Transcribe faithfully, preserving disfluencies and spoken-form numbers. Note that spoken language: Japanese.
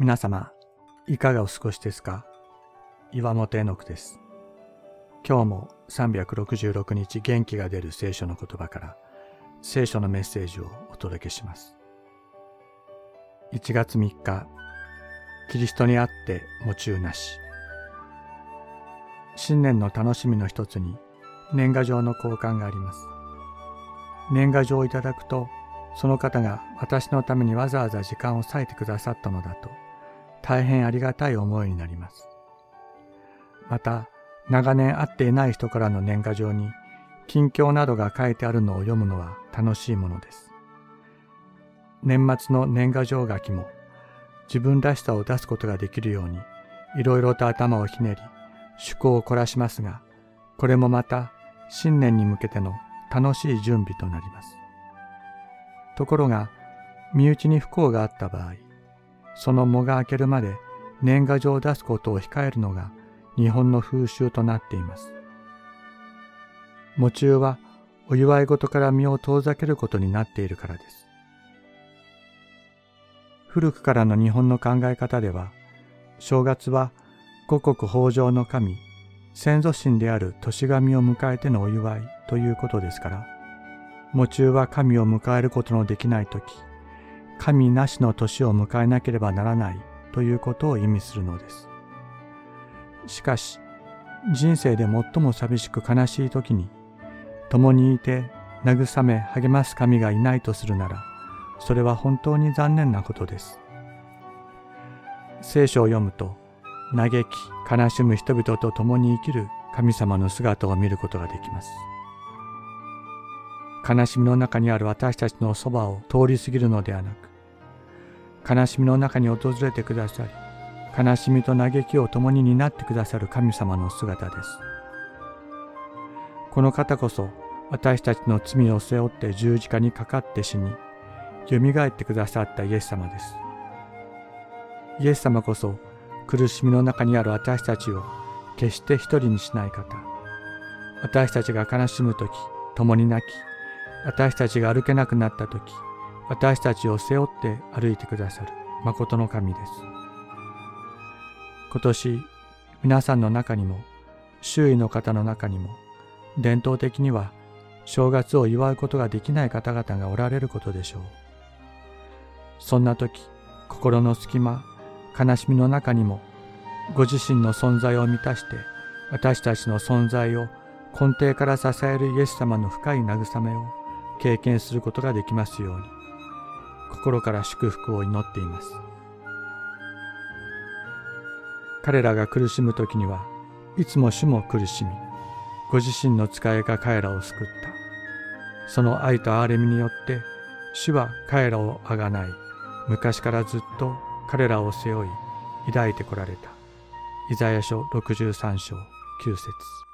皆様、いかがお過ごしですか？岩本絵の句です。今日もさんびゃくろくじゅうろくにち元気が出る聖書の言葉から聖書のメッセージをお届けします。いちがつみっか、キリストにあって喪中なし。新年の楽しみの一つに年賀状の交換があります。年賀状をいただくと、その方が私のためにわざわざ時間を割いてくださったのだと、大変ありがたい思いになります。また、長年会っていない人からの年賀状に近況などが書いてあるのを読むのは楽しいものです。年末の年賀状書きも自分らしさを出すことができるようにいろいろと頭をひねり趣向を凝らしますが、これもまた新年に向けての楽しい準備となります。ところが身内に不幸があった場合、その喪が明けるまで年賀状を出すことを控えるのが日本の風習となっています。喪中はお祝い事から身を遠ざけることになっているからです。古くからの日本の考え方では、正月は五穀豊穣の神、先祖神である年神を迎えてのお祝いということですから、喪中は神を迎えることのできないとき、神なしの年を迎えなければならないということを意味するのです。しかし、人生で最も寂しく悲しいときに、共にいて慰め励ます神がいないとするなら、それは本当に残念なことです。聖書を読むと、嘆き悲しむ人々と共に生きる神様の姿を見ることができます。悲しみの中にある私たちのそばを通り過ぎるのではなく、悲しみの中に訪れてくださり、悲しみと嘆きを共に担ってくださる神様の姿です。この方こそ私たちの罪を背負って十字架にかかって死に、よみがえってくださったイエス様です。イエス様こそ苦しみの中にある私たちを決して一人にしない方。私たちが悲しむとき、共に泣き、私たちが歩けなくなったとき、私たちを背負って歩いてくださる誠の神です。今年、皆さんの中にも、周囲の方の中にも、伝統的には正月を祝うことができない方々がおられることでしょう。そんなとき、心の隙間、悲しみの中にも、ご自身の存在を満たして、私たちの存在を根底から支えるイエス様の深い慰めを経験することができますように、心から祝福を祈っています。彼らが苦しむときには、いつも主も苦しみ、ご自身の使いが彼らを救った。その愛と憐れみによって、主は彼らをあがない、昔からずっと彼らを背負い、抱いてこられた。イザヤ書ろくじゅうさんしょうきゅうせつ。